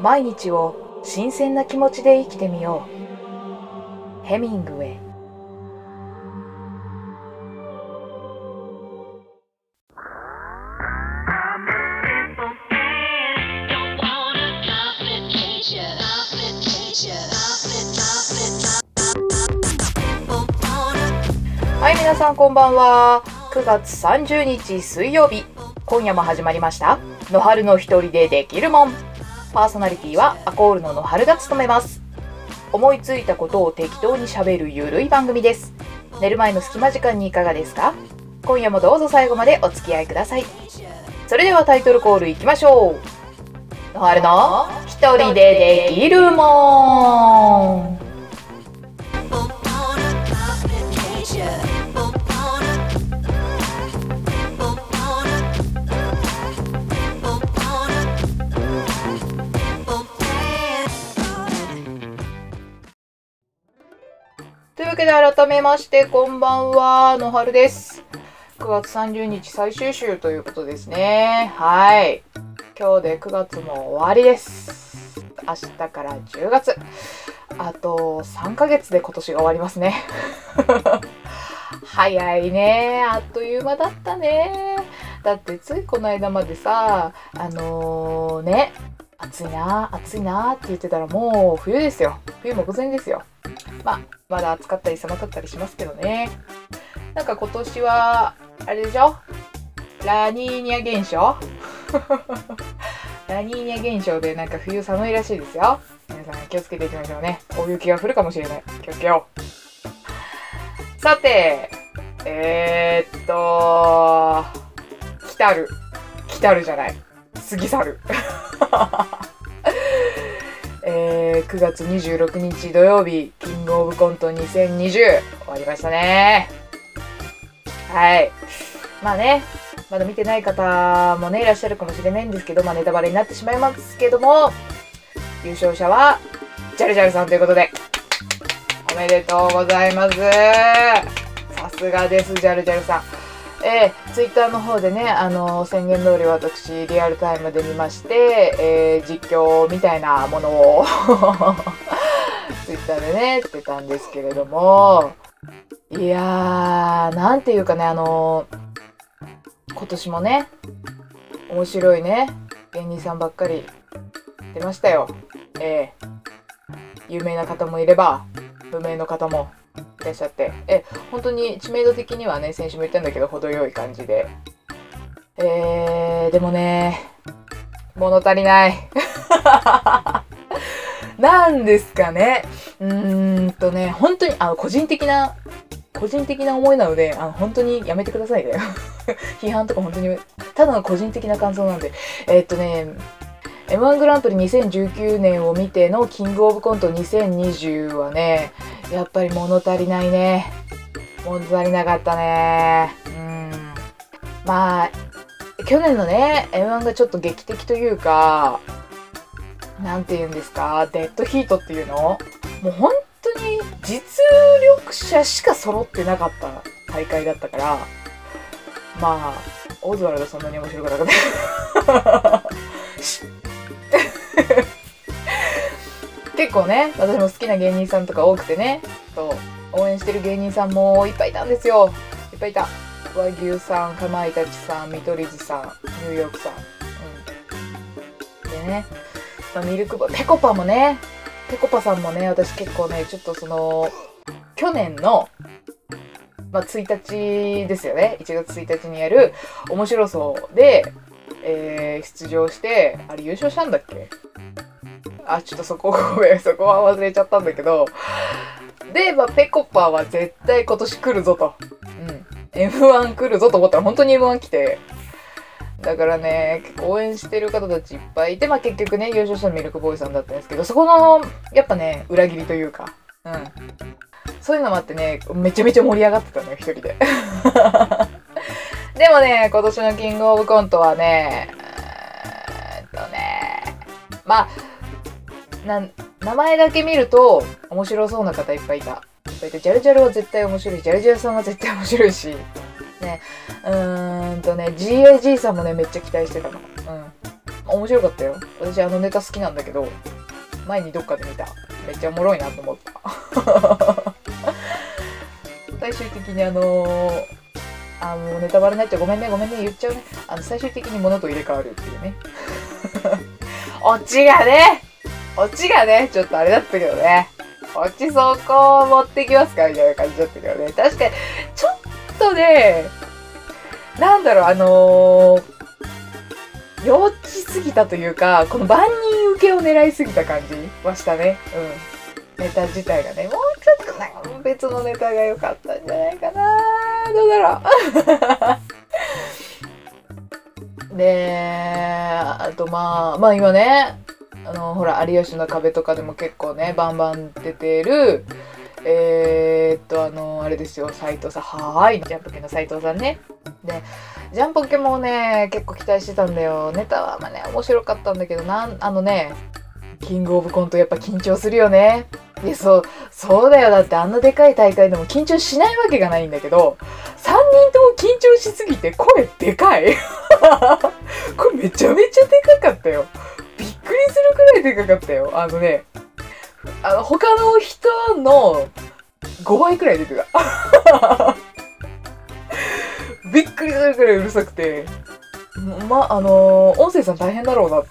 毎日を新鮮な気持ちで生きてみよう。ヘミングウェイ。はい、皆さんこんばんは。9月30日水曜日、今夜も始まりました野春の一人でできるもん。パーソナリティはアコールの野春が務めます。思いついたことを適当に喋るゆるい番組です。寝る前の隙間時間にいかがですか？今夜もどうぞ最後までお付き合いください。それではタイトルコールいきましょう。野春の一人でできるもん。というわけで改めましてこんばんは、野春です。9月30日最終週ということですね。はい。今日で9月も終わりです。明日から10月。あと3ヶ月で今年が終わりますね。早いね。あっという間だったね。だってついこの間までさ、暑いなって言ってたらもう冬ですよ。冬目前ですよ。まだ暑かったり寒かったりしますけどね。なんか今年はあれでしょ、ラニーニャ現象ラニーニャ現象でなんか冬寒いらしいですよ。皆さん気をつけていきましょうね。大雪が降るかもしれない。気をつけよう。さて来るじゃない、過ぎ去る9月26日土曜日、キングオブコント2020終わりましたね。はい。まだ見てない方もねいらっしゃるかもしれないんですけど、ネタバレになってしまいますけども、優勝者はジャルジャルさんということでおめでとうございます。さすがです、ジャルジャルさん。ツイッターの方でね、宣言通り私リアルタイムで見まして、実況みたいなものをツイッターでね言ってたんですけれども、いやー、なんていうかね、今年もね面白いね芸人さんばっかり出ましたよ。有名な方もいれば無名の方もいらっしゃって、本当に知名度的にはね、先週も言ったんだけど程よい感じで、でもね物足りないなんですかね、本当に個人的な思いなので、本当にやめてくださいね批判とか本当にただの個人的な感想なんで、M1 グランプリ2019年を見てのキングオブコント2020はね、やっぱり物足りないね。物足りなかったね。去年のね M1 がちょっと劇的というか、なんて言うんですか、デッドヒートっていうの、もう本当に実力者しか揃ってなかった大会だったから、オズワルドそんなに面白くなかった結構ね、私も好きな芸人さんとか多くてね、応援してる芸人さんもいっぱいいたんですよ。いっぱいいた。和牛さん、かまいたちさん、見取り図さん、ニューヨークさん、でね、ミルクボーイ、ぺこぱもね、ぺこぱさんもね、私結構ね、ちょっと去年の1日ですよね、1月1日にやる面白そうで、出場して、あれ優勝したんだっけ？ちょっとそこは忘れちゃったんだけど、で、ぺこぱは絶対今年来るぞと。M1 来るぞと思ったら本当に M1 来て。だからね、結構応援してる方たちいっぱいいて、結局ね、優勝したのミルクボーイさんだったんですけど、そこの、やっぱね、裏切りというか、そういうのもあってね、めちゃめちゃ盛り上がってたのよ、一人で。でもね、今年のキングオブコントはね、名前だけ見ると面白そうな方いっぱいいた。ジャルジャルは絶対面白いし、ジャルジャルさんは絶対面白いし、GAG さんもね、めっちゃ期待してたの。 面白かったよ。私あのネタ好きなんだけど、前にどっかで見た。めっちゃおもろいなと思った。最終的にネタバレになっちゃう。ごめんね、言っちゃうね。最終的に物と入れ替わるっていうね。オチがね、ちょっとあれだったけどね。オチそこを持ってきますかみたいな感じだったけどね。確かに、ちょっとね、なんだろう、幼稚すぎたというか、この万人受けを狙いすぎた感じはしたね。うん。ネタ自体がね、もうちょっとなんか別のネタが良かったんじゃないかな。どうだろう。で、あとまあ今ね、ほら、有吉の壁とかでも結構ね、バンバン出てる、あれですよ、斉藤さん。はーい、ジャンポケの斉藤さんね。で、ジャンポケもね、結構期待してたんだよ。ネタはまあね、面白かったんだけど、キングオブコントやっぱ緊張するよね。いや、そうだよ。だってあんなでかい大会でも緊張しないわけがないんだけど、3人とも緊張しすぎて声でかい。これめちゃめちゃでかかったよ。びっくりするくらいでかかったよ。他の人の5倍くらい出てた。びっくりするくらいうるさくて、音声さん大変だろうなって。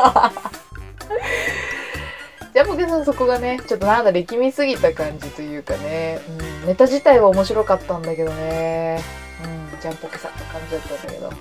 ジャンポケさんそこがね、ちょっとなんだ力みすぎた感じというかね、ネタ自体は面白かったんだけどね、ジャンポケさんって感じだったんだけど。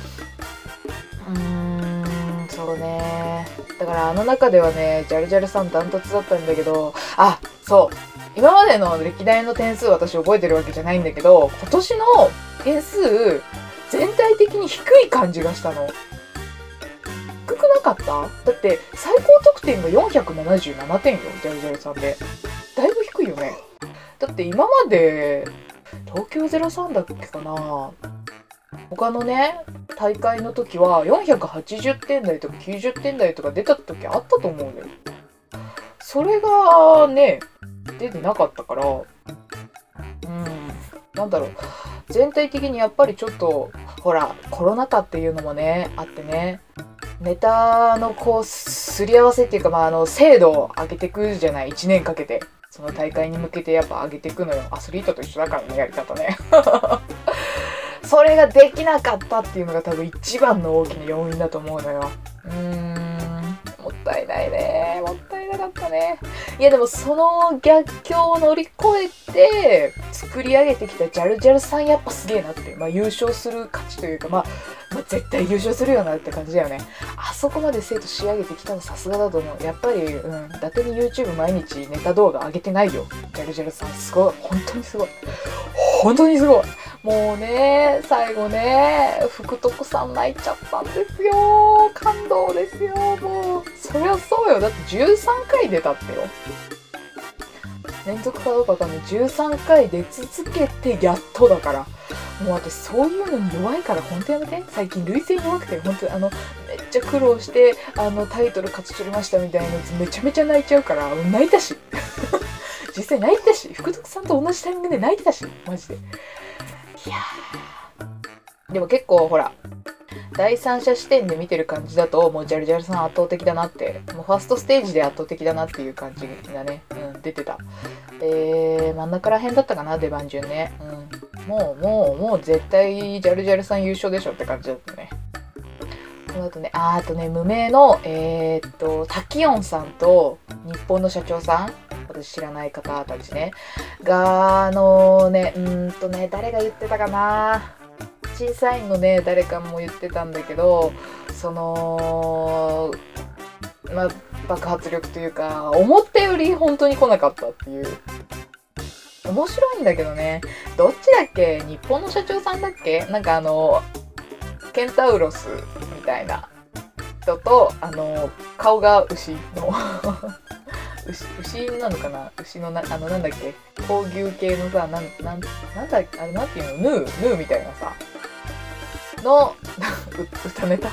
そうね。だからあの中ではね、ジャルジャルさんダントツだったんだけど、そう。今までの歴代の点数私覚えてるわけじゃないんだけど、今年の点数、全体的に低い感じがしたの。低くなかった？だって最高得点が477点よ、ジャルジャルさんで。だいぶ低いよね。だって今まで、東京03だっけかな、他のね、大会の時は480点台とか90点台とか出た時あったと思うんだよ。それがね、出てなかったから、なんだろう。全体的にやっぱりちょっと、ほら、コロナ禍っていうのもね、あってね、ネタのすり合わせっていうか、精度を上げてくじゃない、1年かけて。その大会に向けてやっぱ上げていくのよ。アスリートと一緒だからね、やり方ね。それができなかったっていうのが多分一番の大きな要因だと思うのよ。もったいないね。もったいなかったね。いやでもその逆境を乗り越えて作り上げてきたジャルジャルさんやっぱすげえなって。優勝する価値というか、絶対優勝するよなって感じだよね。あそこまで生徒仕上げてきたのさすがだと思う。やっぱり、伊達に YouTube 毎日ネタ動画上げてないよ。ジャルジャルさんすごい。本当にすごい。本当にすごい。もうね、最後ね、福徳さん泣いちゃったんですよ。感動ですよ。もう、そりゃそうよ。だって13回出たってよ。連続かどうかわかんない。13回出続けてやっとだから。もう私そういうのに弱いから本当やめて。最近累戦弱くて、本当めっちゃ苦労して、タイトル勝ち取りましたみたいなやつめちゃめちゃ泣いちゃうから、泣いたし。実際泣いたし、福徳さんと同じタイミングで泣いてたし、マジで。いやー。でも結構ほら、第三者視点で見てる感じだと、もうジャルジャルさん圧倒的だなって、もうファーストステージで圧倒的だなっていう感じがね、出てた。真ん中ら辺だったかな、出番順ね。もう絶対ジャルジャルさん優勝でしょって感じだったね。その後ね、あとね、無名の、タキヨンさんと日本の社長さん、私知らない方たちね、が、誰が言ってたかな、審査員のね、誰かも言ってたんだけど、爆発力というか、思ったより本当に来なかったっていう。面白いんだけどね。どっちだっけ？日本の社長さんだっけ？ケンタウロスみたいな人と、顔が牛の牛なのかな、牛のなんだっけ、闘牛系のさ、なんだあれなんていうの、ヌーみたいなさの歌ネタ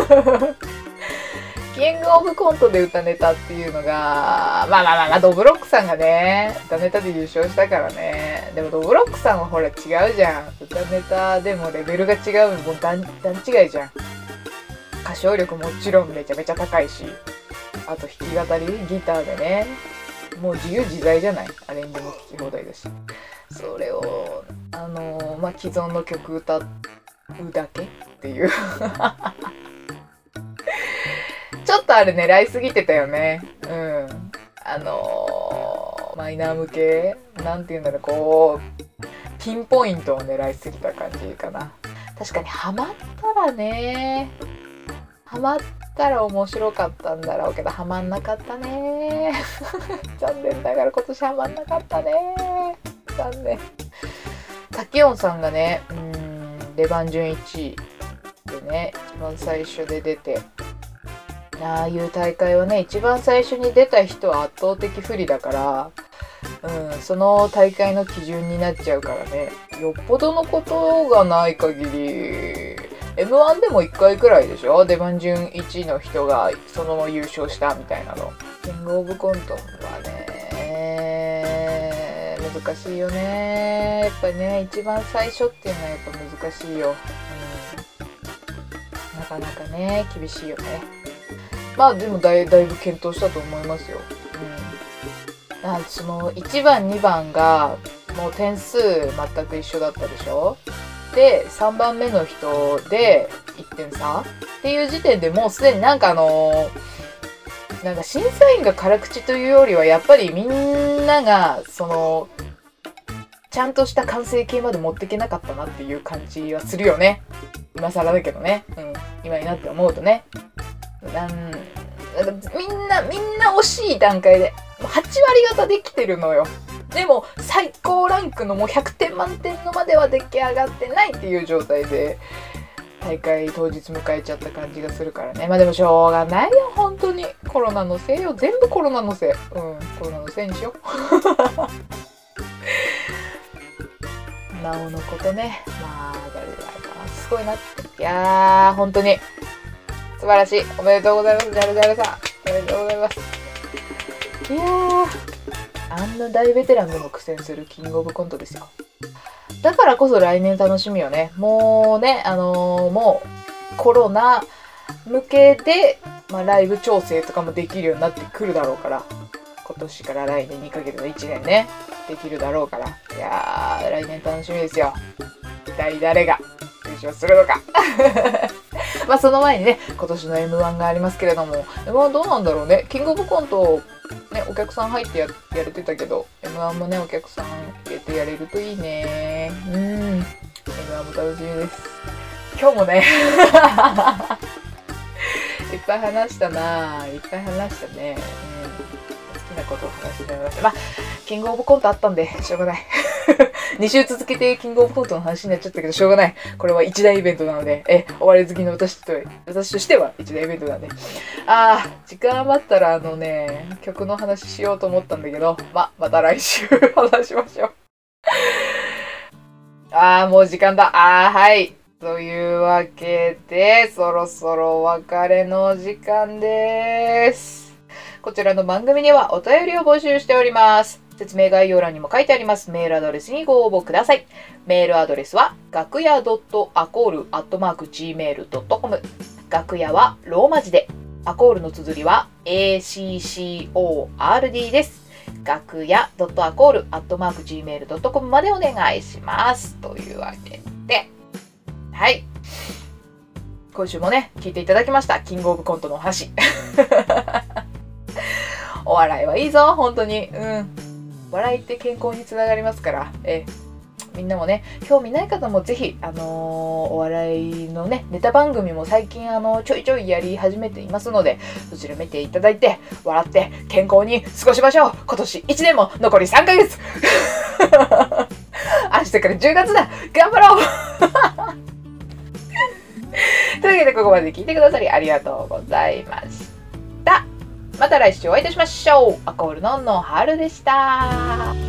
キングオブコントで歌ネタっていうのが、ドブロックさんがね、歌ネタで優勝したからね。でもドブロックさんはほら違うじゃん。歌ネタでもレベルが違う、もう段違いじゃん。 歌唱力もちろんめちゃめちゃ高いし、あと弾き語りギターでね、もう自由自在じゃない。アレンジも聴き放題だし、それを既存の曲歌うだけっていうちょっとあれ狙いすぎてたよね。マイナー向けなんていうんだろう、こうピンポイントを狙いすぎた感じかな。確かにハマったら面白かったんだろうけど、ハマんなかったね残念ながら今年ハマんなかったね。残念。タキヨンさんがね、レバン順1位でね、一番最初で出て、ああいう大会はね、一番最初に出た人は圧倒的不利だから、その大会の基準になっちゃうからね、よっぽどのことがない限り、M1 でも1回くらいでしょ、レバン順1位の人がそのまま優勝したみたいなの。キングオブコントはね、難しいよね。やっぱりね、一番最初っていうのはやっぱ難しいよ。なかなかね、厳しいよね。まあでもだいぶ検討したと思いますよ。その1番2番がもう点数全く一緒だったでしょ。で3番目の人で1点差っていう時点でもうすでになんか審査員が辛口というよりは、やっぱりみんながちゃんとした完成形まで持っていけなかったなっていう感じはするよね。今更だけどね、今になって思うとね。みんな惜しい段階で8割方できてるのよ。でも最高ランクのもう100点満点のまでは出来上がってないっていう状態で大会当日迎えちゃった感じがするからね。まあでもしょうがないよ、本当に。コロナのせいよ、全部コロナのせい。コロナのせいにしようなおのことね、まあ誰だかな、すごいなって。いやー本当に素晴らしい。おめでとうございます。ジャルジャルさん。おめでとうございます。いやー、あんな大ベテランでも苦戦するキングオブコントですよ。だからこそ来年楽しみよね。もうね、もうコロナ向けで、ライブ調整とかもできるようになってくるだろうから、今年から来年にかけての1年ね、できるだろうから。いやー、来年楽しみですよ。一体誰が優勝するのか。その前にね、今年の M1 がありますけれども、M1 どうなんだろうね。キングオブコント、ね、お客さん入ってやれてたけど、M1 もね、お客さん入れてやれるといいね。M1 も楽しみです。今日もね、いっぱい話したなぁ。いっぱい話したね。好きなことを話してみました。キングオブコントあったんで、しょうがない。2週続けてキングオブコントの話になっちゃったけど、しょうがない。これは一大イベントなので、お笑い好きの私としては一大イベントなんで。時間余ったら曲の話しようと思ったんだけど、また来週話しましょう。もう時間だ。はい。というわけで、そろそろお別れの時間です。こちらの番組ではお便りを募集しております。説明概要欄にも書いてありますメールアドレスにご応募ください。メールアドレスは楽屋 .acol@gmail.com。楽屋はローマ字で、アコールの綴りは ACCORD です。楽屋 .acol@gmail.com までお願いします。というわけで、はい。今週もね、聞いていただきました。キングオブコントのお話。お笑いはいいぞ、本当に。笑いって健康につながりますから、みんなもね、興味ない方もぜひ、お笑いのね、ネタ番組も最近ちょいちょいやり始めていますので、そちら見ていただいて、笑って健康に過ごしましょう。今年1年も残り3ヶ月明日から10月だ、頑張ろうというわけで、ここまで聞いてくださりありがとうございました。また来週お会いいたしましょう。アコールのんのはるでした。